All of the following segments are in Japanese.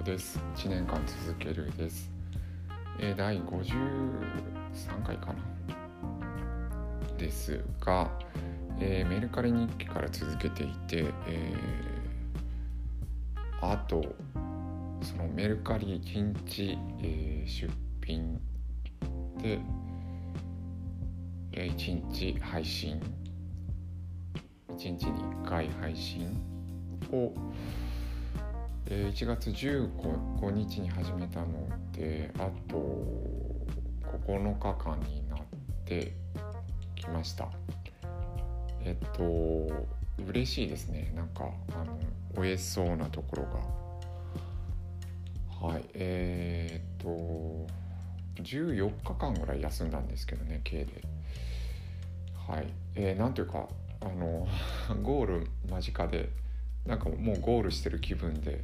です。1年間続けるです。第53回かなですが、メルカリ日記から続けていて、あとそのメルカリ1日、出品で、1日配信1日に1回配信を1月15日に始めたので、あと9日間になってきました。嬉しいですね。なんか終えそうなところが。はい。14日間ぐらい休んだんですけどね、計で。はい。なんというかゴール間近で、なんかもうゴールしてる気分で、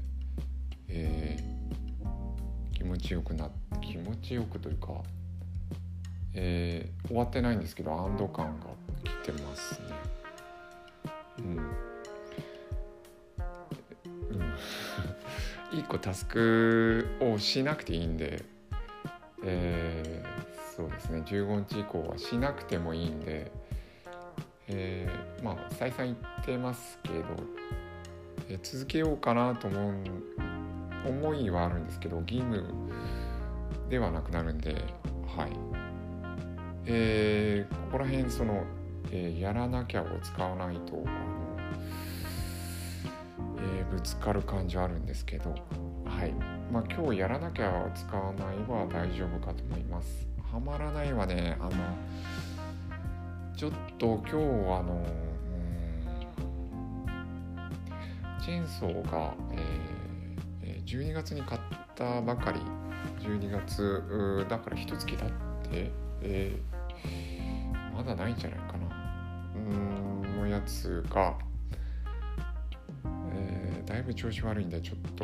気持ちよくというか、終わってないんですけど安堵感が来てますね。一個タスクをしなくていいんで、そうですね、15日以降はしなくてもいいんで、再三言ってますけど、続けようかなと思いはあるんですけど、義務ではなくなるんで、はい。ここら辺やらなきゃを使わないとぶつかる感じはあるんですけど、はい。今日やらなきゃを使わないは大丈夫かと思います。はまらないはね、ちょっと今日チェーンソーが、12月に買ったばかり、12月だから1月経って、まだないんじゃないかなのやつが、だいぶ調子悪いんで、ちょっと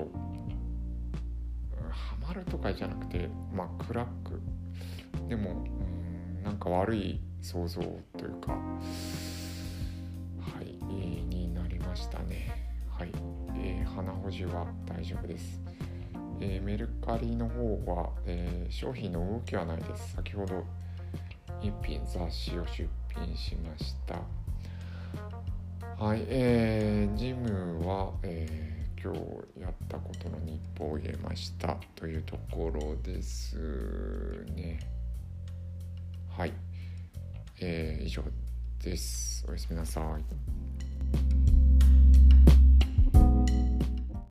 ハマるとかじゃなくて、クラックでもなんか悪い想像というか、はい、になりましたね。はい、鼻ほじは大丈夫です。メルカリの方は、商品の動きはないです。先ほど一品雑誌を出品しました。はい、ジムは、今日やったことの日報を入れましたというところですね。はい、以上です。おやすみなさい。